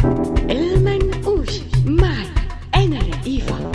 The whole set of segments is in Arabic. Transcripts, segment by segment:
المنقوش معي أنا رئيفة.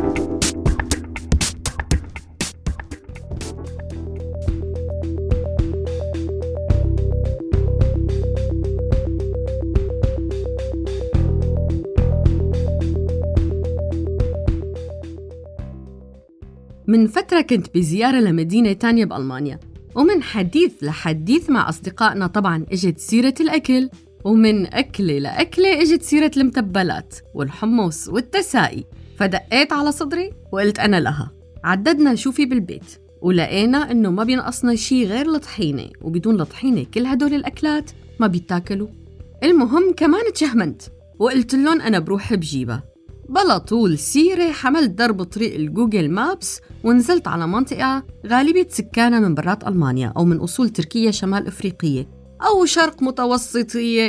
من فترة كنت بزيارة لمدينة تانية بألمانيا، ومن حديث لحديث مع أصدقائنا طبعاً إجت سيرة الأكل، ومن أكلة لأكلة إجت سيرة المتبلات والحمص والتسائي. فدقيت على صدري وقلت أنا لها. عددنا شو في بالبيت ولقينا إنه ما بينقصنا شي غير الطحينة، وبدون الطحينة كل هدول الأكلات ما بيتاكلوا. المهم كمان تشهمنت وقلت لهم أنا بروح بجيبها. بلا طول سيرة حملت درب طريق الجوجل مابس ونزلت على منطقة غالبية سكانها من برات ألمانيا أو من أصول تركية شمال أفريقية أو شرق متوسطية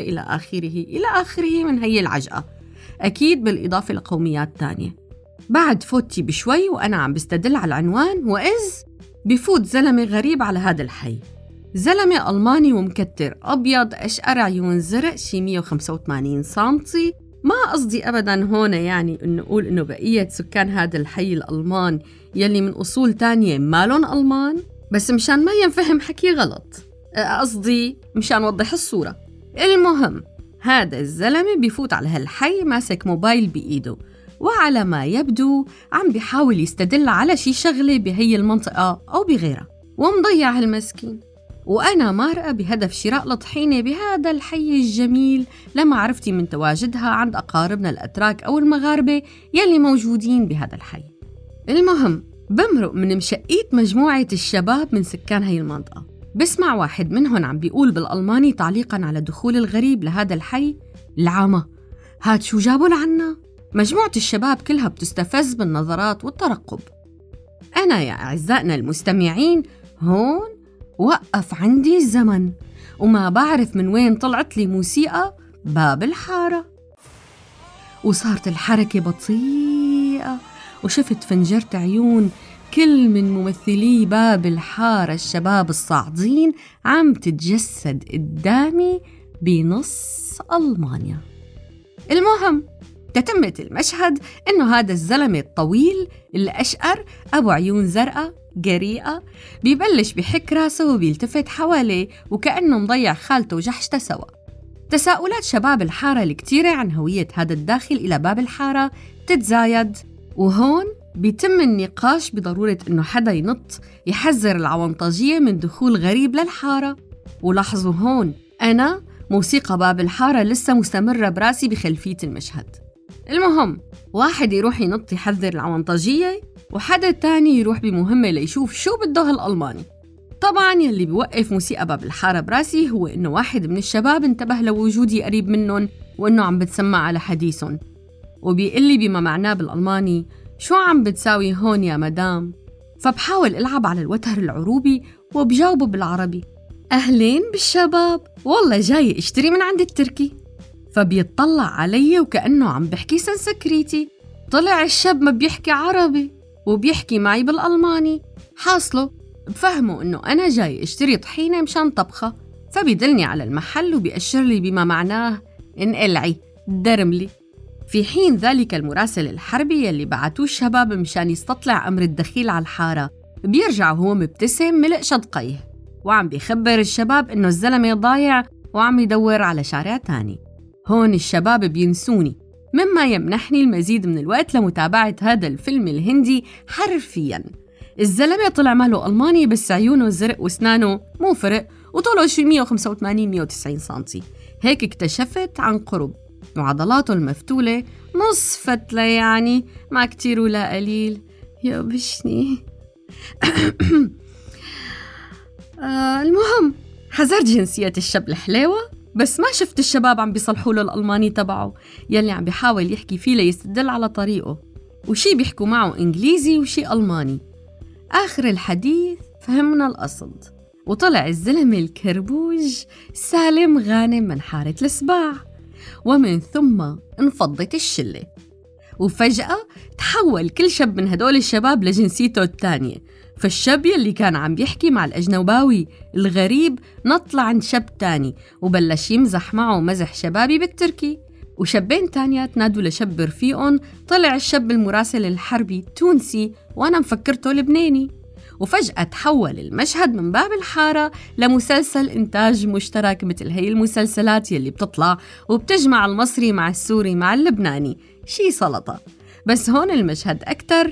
إلى آخره من هي العجقة، أكيد بالإضافة لقوميات تانية. بعد فوتي بشوي وأنا عم بستدل على العنوان، وإذ بفوت زلمة غريب على هذا الحي. زلمة ألماني ومكتر أبيض أشقر عيون زرق شي 185 سنتي. ما قصدي أبداً هون يعني إنه نقول إنه بقية سكان هذا الحي الألمان يلي من أصول تانية مالون ألمان، بس مشان ما ينفهم حكي غلط، قصدي مشان وضح الصورة. المهم هذا الزلمة بيفوت على هالحي ماسك موبايل بإيده، وعلى ما يبدو عم بيحاول يستدل على شي شغلة بهي المنطقة أو بغيرها، ومضيع هالمسكين. وأنا مارقة بهدف شراء الطحينة بهذا الحي الجميل لمعرفتي من تواجدها عند أقاربنا الأتراك أو المغاربة يلي موجودين بهذا الحي. المهم بمرق من مشقيت مجموعة الشباب من سكان هاي المنطقة، بسمع واحد منهم عم بيقول بالألماني تعليقاً على دخول الغريب لهذا الحي: العامة هاد شو جابوا لعنا؟ مجموعة الشباب كلها بتستفز بالنظرات والترقب. أنا يا أعزائنا المستمعين هون وقف عندي الزمن، وما بعرف من وين طلعت لي موسيقى باب الحارة، وصارت الحركة بطيئة، وشفت فنجرت عيون كل من ممثلي باب الحارة الشباب الصاعدين عم تتجسد قدامي بنص ألمانيا. المهم تتمة المشهد إنه هذا الزلمة الطويل اللي أشقر أبو عيون زرقاء جريئة بيبلش بحك راسه وبيلتفت حواليه وكأنه مضيع خالته وجحشته سوا. تساؤلات شباب الحارة الكتيرة عن هوية هذا الداخل إلى باب الحارة تتزايد، وهون بيتم النقاش بضرورة إنه حدا ينط يحذر العوانطجية من دخول غريب للحارة. ولاحظوا هون أنا موسيقى باب الحارة لسه مستمرة براسي بخلفية المشهد. المهم واحد يروح ينط يحذر العوانطجية، وحدا تاني يروح بمهمة ليشوف شو بده هالألماني. طبعاً يلي بيوقف موسيقى باب الحارة براسي هو إنه واحد من الشباب انتبه لوجودي قريب منهم وإنه عم بتسمع على حديثهم، وبيقلي بما معناه بالألماني: شو عم بتساوي هون يا مدام؟ فبحاول ألعب على الوتر العروبي وبجاوبه بالعربي: أهلين بالشباب، والله جاي اشتري من عند التركي. فبيطلع علي وكأنه عم بحكي سنسكريتي. طلع الشاب ما بيحكي عربي وبيحكي معي بالألماني. حاصله بفهمه إنه أنا جاي اشتري طحينة مشان طبخة، فبيدلني على المحل وبيأشر لي بما معناه انقلعي درملي. في حين ذلك المراسل الحربي يلي بعتوه الشباب مشان يستطلع أمر الدخيل على الحارة بيرجع وهو مبتسم ملء شدقيه، وعم بيخبر الشباب إنه الزلمة ضايع وعم يدور على شارع تاني. هون الشباب بينسوني، مما يمنحني المزيد من الوقت لمتابعة هذا الفيلم الهندي حرفياً. الزلمة طلع ماله ألماني بس عيونه زرق وسنانه مو فرق، وطوله شي 185-190 سنتي. هيك اكتشفت عن قرب، وعضلاته المفتولة نص فتلة، يعني ما كتير ولا قليل. يابشني. المهم حذرت جنسية الشاب الحلاوة، بس ما شفت الشباب عم بيصلحوا له الألماني تبعه يلي عم بيحاول يحكي فيه ليستدل على طريقه، وشي بيحكوا معه إنجليزي وشي ألماني. آخر الحديث فهمنا القصد، وطلع الزلمة الكربوج سالم غانم من حارة السباع، ومن ثم انفضت الشلة. وفجأة تحول كل شاب من هدول الشباب لجنسيته الثانية. فالشاب يلي كان عم بيحكي مع الأجنباوي الغريب نط عند شاب تاني وبلش يمزح معه مزح شبابي بالتركي. وشابين تانية تنادوا لشاب رفيقهم طلع الشاب المراسل الحربي تونسي وأنا مفكرته لبناني. وفجأة تحول المشهد من باب الحارة لمسلسل إنتاج مشترك مثل هي المسلسلات يلي بتطلع وبتجمع المصري مع السوري مع اللبناني، شي سلطة. بس هون المشهد أكتر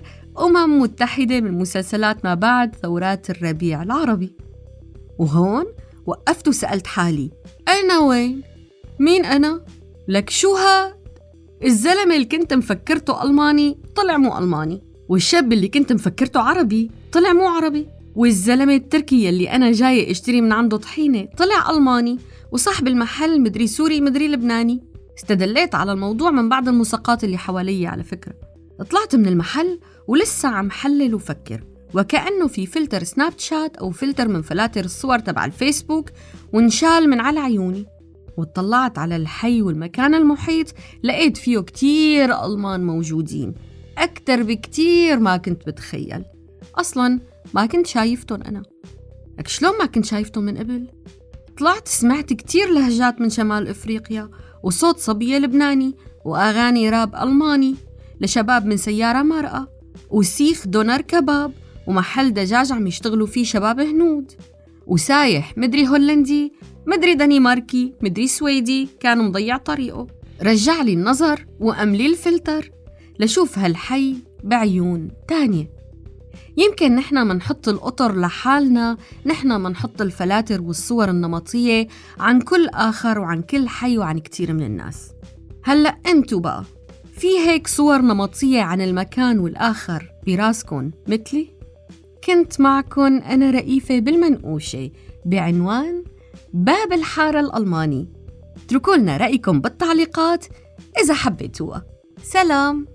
متحدة من مسلسلات ما بعد ثورات الربيع العربي. وهون وقفت وسألت حالي أنا وين؟ مين أنا؟ لك شو هاد؟ الزلمة اللي كنت مفكرته ألماني طلع مو ألماني، والشاب اللي كنت مفكرته عربي طلع مو عربي، والزلمة التركي اللي أنا جاي اشتري من عنده طحينة طلع ألماني، وصاحب المحل مدري سوري مدري لبناني. استدليت على الموضوع من بعض المساقات اللي حوالي على فكرة. طلعت من المحل ولسه عم حلل وفكر، وكأنه في فلتر سناب شات أو فلتر من فلاتر الصور تبع الفيسبوك وانشال من على عيوني. وطلعت على الحي والمكان المحيط لقيت فيه كتير ألمان موجودين، أكتر بكتير ما كنت بتخيل. أصلاً ما كنت شايفتهم أنا. لك شلون ما كنت شايفتهم من قبل؟ طلعت سمعت كتير لهجات من شمال إفريقيا، وصوت صبية لبناني، وأغاني راب ألماني لشباب من سيارة مرأة، وسيخ دونر كباب، ومحل دجاج عم يشتغلوا فيه شباب هنود، وسايح مدري هولندي مدري دنماركي مدري سويدي كان مضيع طريقه. رجع لي النظر وأملي الفلتر لشوف هالحي بعيون تانية. يمكن نحنا منحط القطر لحالنا، نحنا منحط الفلاتر والصور النمطية عن كل آخر وعن كل حي وعن كتير من الناس. هلأ انتو بقى في هيك صور نمطية عن المكان والآخر براسكن مثلي؟ كنت معكن أنا رئيفة بالمنقوشة بعنوان باب الحارة الألماني. اتركوا لنا رأيكم بالتعليقات إذا حبيتوها. سلام.